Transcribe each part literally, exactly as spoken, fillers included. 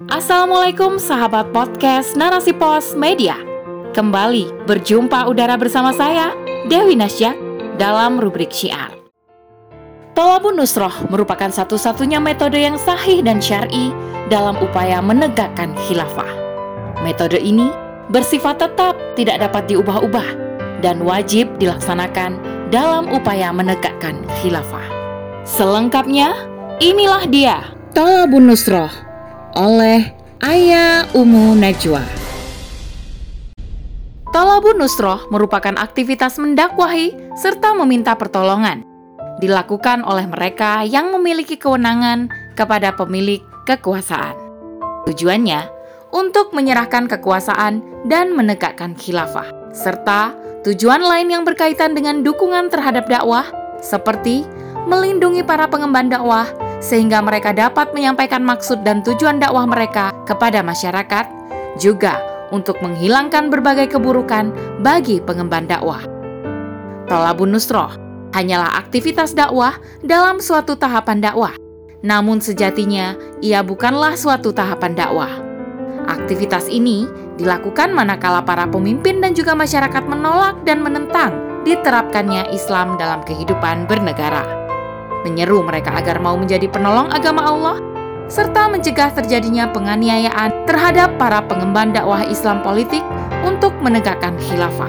Assalamualaikum sahabat podcast Narasi Pos Media. Kembali berjumpa udara bersama saya, Dewi Nasya, dalam rubrik Syiar. Thalabun Nusroh merupakan satu-satunya metode yang sahih dan syar'i dalam upaya menegakkan khilafah. Metode ini bersifat tetap, tidak dapat diubah-ubah, dan wajib dilaksanakan dalam upaya menegakkan khilafah. Selengkapnya, inilah dia Thalabun Nusroh oleh Ayah Ummu Najwa. Thalabun Nusroh merupakan aktivitas mendakwahi serta meminta pertolongan. Dilakukan oleh mereka yang memiliki kewenangan kepada pemilik kekuasaan. Tujuannya untuk menyerahkan kekuasaan dan menegakkan khilafah, serta tujuan lain yang berkaitan dengan dukungan terhadap dakwah, seperti melindungi para pengemban dakwah sehingga mereka dapat menyampaikan maksud dan tujuan dakwah mereka kepada masyarakat, juga untuk menghilangkan berbagai keburukan bagi pengemban dakwah. Thalabun Nusroh hanyalah aktivitas dakwah dalam suatu tahapan dakwah, namun sejatinya ia bukanlah suatu tahapan dakwah. Aktivitas ini dilakukan manakala para pemimpin dan juga masyarakat menolak dan menentang diterapkannya Islam dalam kehidupan bernegara, menyeru mereka agar mau menjadi penolong agama Allah, serta mencegah terjadinya penganiayaan terhadap para pengemban dakwah Islam politik untuk menegakkan khilafah.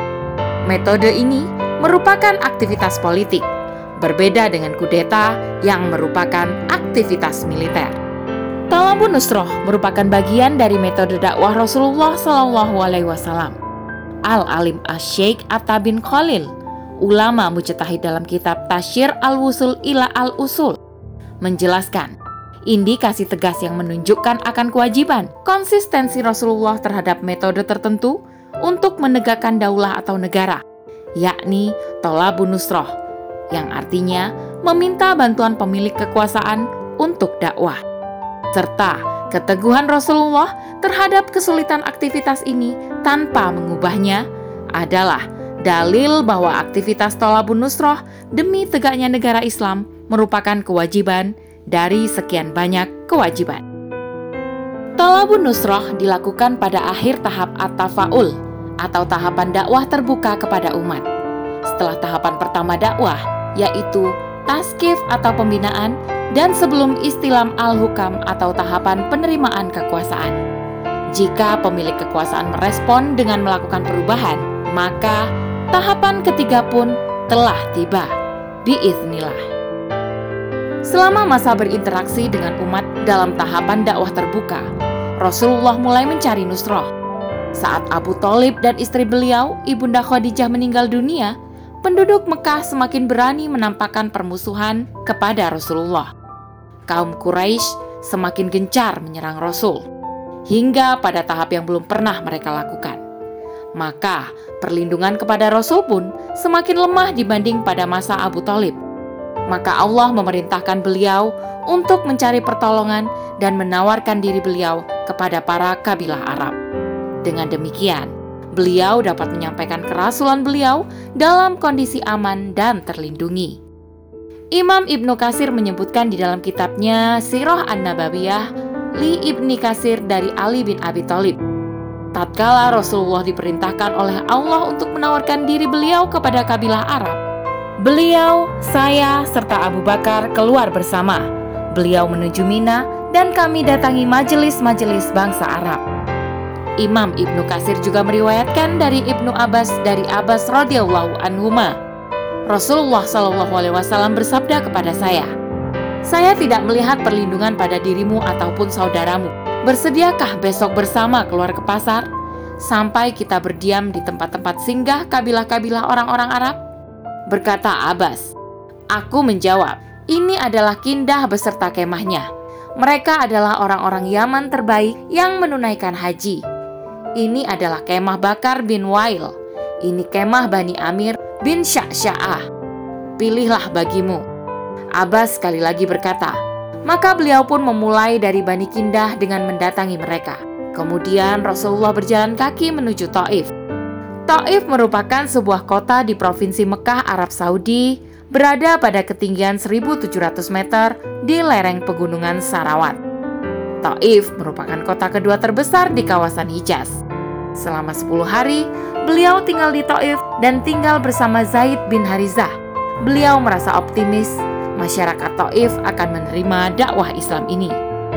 Metode ini merupakan aktivitas politik, berbeda dengan kudeta yang merupakan aktivitas militer. Thalabun Nusroh merupakan bagian dari metode dakwah Rasulullah shallallahu alaihi wasallam. Al-Alim Asy-Syaikh Atta bin Khalil, ulama mujtahid dalam kitab Tasyir Al-Wusul ila Al-Usul, menjelaskan indikasi tegas yang menunjukkan akan kewajiban konsistensi Rasulullah terhadap metode tertentu untuk menegakkan daulah atau negara, yakni Thalabun Nusroh, yang artinya meminta bantuan pemilik kekuasaan untuk dakwah, serta keteguhan Rasulullah terhadap kesulitan aktivitas ini tanpa mengubahnya adalah dalil bahwa aktivitas Thalabun Nusroh demi tegaknya negara Islam merupakan kewajiban dari sekian banyak kewajiban. Thalabun Nusroh dilakukan pada akhir tahap at-tafaul atau tahapan dakwah terbuka kepada umat. Setelah tahapan pertama dakwah, yaitu taskif atau pembinaan, dan sebelum istilam al-hukam atau tahapan penerimaan kekuasaan. Jika pemilik kekuasaan merespon dengan melakukan perubahan, maka tahapan ketiga pun telah tiba, biiznillah. Selama masa berinteraksi dengan umat dalam tahapan dakwah terbuka, Rasulullah mulai mencari nusroh. Saat Abu Thalib dan istri beliau, Ibunda Khadijah, meninggal dunia, penduduk Mekah semakin berani menampakkan permusuhan kepada Rasulullah. Kaum Quraisy semakin gencar menyerang Rasul, hingga pada tahap yang belum pernah mereka lakukan. Maka perlindungan kepada Rasul pun semakin lemah dibanding pada masa Abu Thalib. Maka Allah memerintahkan beliau untuk mencari pertolongan dan menawarkan diri beliau kepada para kabilah Arab. Dengan demikian, beliau dapat menyampaikan kerasulan beliau dalam kondisi aman dan terlindungi. Imam Ibnu Katsir menyebutkan di dalam kitabnya Sirah An-Nabawiyah li Ibni Katsir dari Ali bin Abi Thalib, tatkala Rasulullah diperintahkan oleh Allah untuk menawarkan diri beliau kepada kabilah Arab, beliau, saya, serta Abu Bakar keluar bersama. Beliau menuju Mina dan kami datangi majelis-majelis bangsa Arab. Imam Ibnu Katsir juga meriwayatkan dari Ibnu Abbas dari Abbas radhiyallahu anhuma, Rasulullah shallallahu alaihi wasallam bersabda kepada saya, "Saya tidak melihat perlindungan pada dirimu ataupun saudaramu. Bersediakah besok bersama keluar ke pasar, sampai kita berdiam di tempat-tempat singgah kabilah-kabilah orang-orang Arab?" Berkata Abbas, aku menjawab, "Ini adalah Kindah beserta kemahnya. Mereka adalah orang-orang Yaman terbaik yang menunaikan haji. Ini adalah kemah Bakar bin Wail. Ini kemah Bani Amir bin Sya'sya'ah. Pilihlah bagimu." Abbas sekali lagi berkata, maka beliau pun memulai dari Bani Kindah dengan mendatangi mereka. Kemudian Rasulullah berjalan kaki menuju Taif. Taif merupakan sebuah kota di provinsi Mekah, Arab Saudi, berada pada ketinggian seribu tujuh ratus meter di lereng pegunungan Sarawat. Taif merupakan kota kedua terbesar di kawasan Hijaz. Selama sepuluh hari, beliau tinggal di Taif dan tinggal bersama Zaid bin Harizah. Beliau merasa optimis masyarakat Taif akan menerima dakwah Islam ini.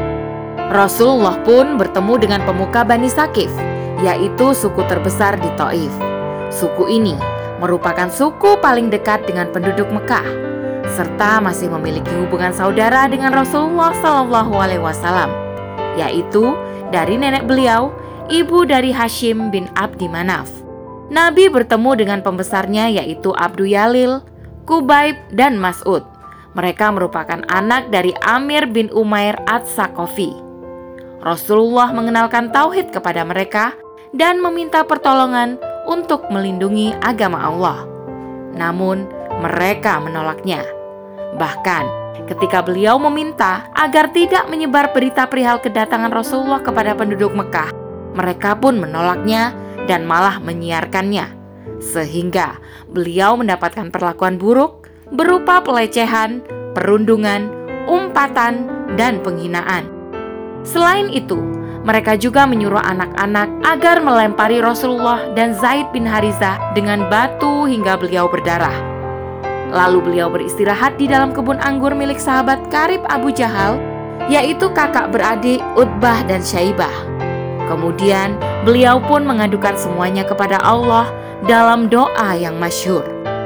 Rasulullah pun bertemu dengan pemuka Bani Sakif, yaitu suku terbesar di Taif. Suku ini merupakan suku paling dekat dengan penduduk Mekah, serta masih memiliki hubungan saudara dengan Rasulullah Shallallahu Alaihi Wasallam, yaitu dari nenek beliau, ibu dari Hashim bin Abdi Manaf. Nabi bertemu dengan pembesarnya yaitu Abdu Yalil, Kubaib, dan Mas'ud. Mereka merupakan anak dari Amir bin Umair Ats-Saqafi. Rasulullah mengenalkan tauhid kepada mereka dan meminta pertolongan untuk melindungi agama Allah. Namun, mereka menolaknya. Bahkan, ketika beliau meminta agar tidak menyebar berita perihal kedatangan Rasulullah kepada penduduk Mekah, mereka pun menolaknya dan malah menyiarkannya. Sehingga beliau mendapatkan perlakuan buruk berupa pelecehan, perundungan, umpatan, dan penghinaan. Selain itu, mereka juga menyuruh anak-anak agar melempari Rasulullah dan Zaid bin Harizah dengan batu hingga beliau berdarah. Lalu beliau beristirahat di dalam kebun anggur milik sahabat karib Abu Jahal, yaitu kakak beradik Utbah dan Syaibah. Kemudian beliau pun mengadukan semuanya kepada Allah dalam doa yang masyhur.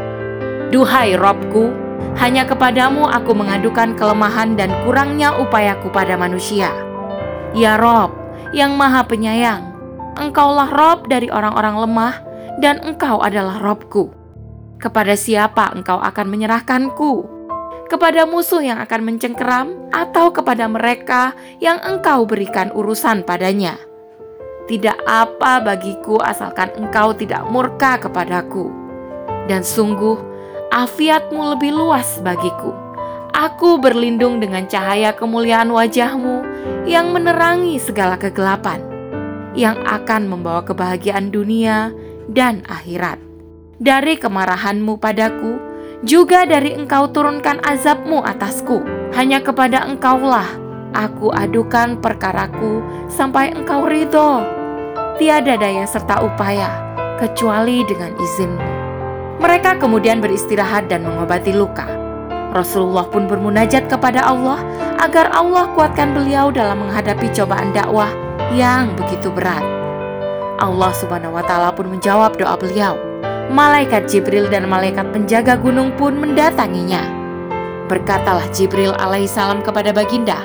Duhai Robku, hanya kepadamu aku mengadukan kelemahan dan kurangnya upayaku pada manusia. Ya Rob, yang maha penyayang, Engkaulah Rob dari orang-orang lemah, dan Engkau adalah Robku. Kepada siapa Engkau akan menyerahkanku? Kepada musuh yang akan mencengkeram, atau kepada mereka yang Engkau berikan urusan padanya? Tidak apa bagiku asalkan Engkau tidak murka kepadaku. Dan sungguh, afiatmu lebih luas bagiku. Aku berlindung dengan cahaya kemuliaan wajahmu yang menerangi segala kegelapan, yang akan membawa kebahagiaan dunia dan akhirat. Dari kemarahanmu padaku, juga dari Engkau turunkan azabmu atasku. Hanya kepada Engkaulah aku adukan perkaraku sampai Engkau ridho. Tiada daya serta upaya kecuali dengan izin-Mu. Mereka kemudian beristirahat dan mengobati luka. Rasulullah pun bermunajat kepada Allah agar Allah kuatkan beliau dalam menghadapi cobaan dakwah yang begitu berat. Allah Subhanahu wa Ta'ala pun menjawab doa beliau. Malaikat Jibril dan malaikat penjaga gunung pun mendatanginya. Berkatalah Jibril alaihissalam kepada baginda,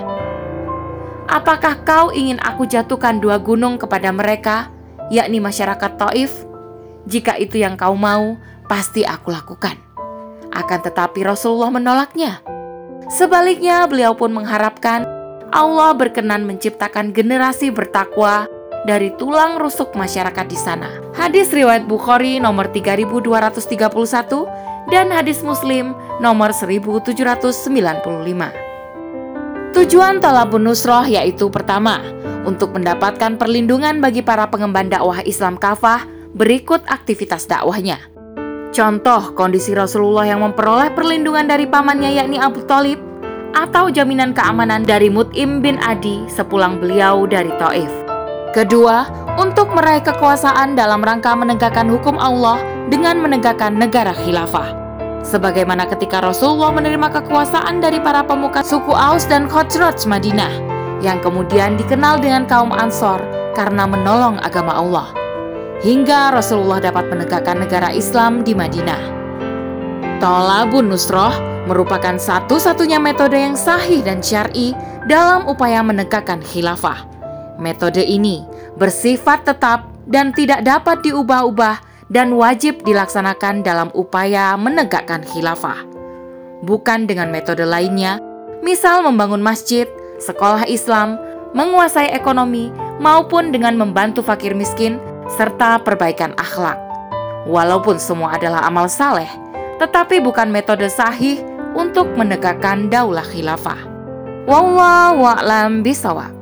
apakah kau ingin aku jatuhkan dua gunung kepada mereka, yakni masyarakat Taif? Jika itu yang kau mau, pasti aku lakukan. Akan tetapi Rasulullah menolaknya. Sebaliknya beliau pun mengharapkan Allah berkenan menciptakan generasi bertakwa dari tulang rusuk masyarakat di sana. Hadis riwayat Bukhari nomor tiga ribu dua ratus tiga puluh satu dan hadis Muslim nomor seribu tujuh ratus sembilan puluh lima. Tujuan Thalabun Nusroh yaitu pertama, untuk mendapatkan perlindungan bagi para pengemban dakwah Islam kafah berikut aktivitas dakwahnya. Contoh kondisi Rasulullah yang memperoleh perlindungan dari pamannya yakni Abu Thalib, atau jaminan keamanan dari Mut'im bin Adi sepulang beliau dari Taif. Kedua, untuk meraih kekuasaan dalam rangka menegakkan hukum Allah dengan menegakkan negara khilafah. Sebagaimana ketika Rasulullah menerima kekuasaan dari para pemuka suku Aus dan Khazraj Madinah, yang kemudian dikenal dengan kaum Ansor karena menolong agama Allah, hingga Rasulullah dapat menegakkan negara Islam di Madinah. Thalabun Nusroh merupakan satu-satunya metode yang sahih dan syar'i dalam upaya menegakkan khilafah. Metode ini bersifat tetap dan tidak dapat diubah-ubah dan wajib dilaksanakan dalam upaya menegakkan khilafah. Bukan dengan metode lainnya, misal membangun masjid, sekolah Islam, menguasai ekonomi, maupun dengan membantu fakir miskin, serta perbaikan akhlak. Walaupun semua adalah amal saleh, tetapi bukan metode sahih untuk menegakkan daulah khilafah. Wallahu a'lam bishawab.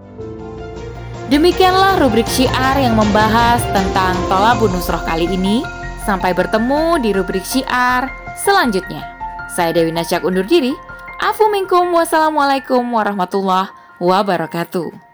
Demikianlah rubrik syiar yang membahas tentang Thalabun Nusroh kali ini. Sampai bertemu di rubrik syiar selanjutnya. Saya Dewi Nasyak undur diri. Afu minkum, wassalamualaikum warahmatullahi wabarakatuh.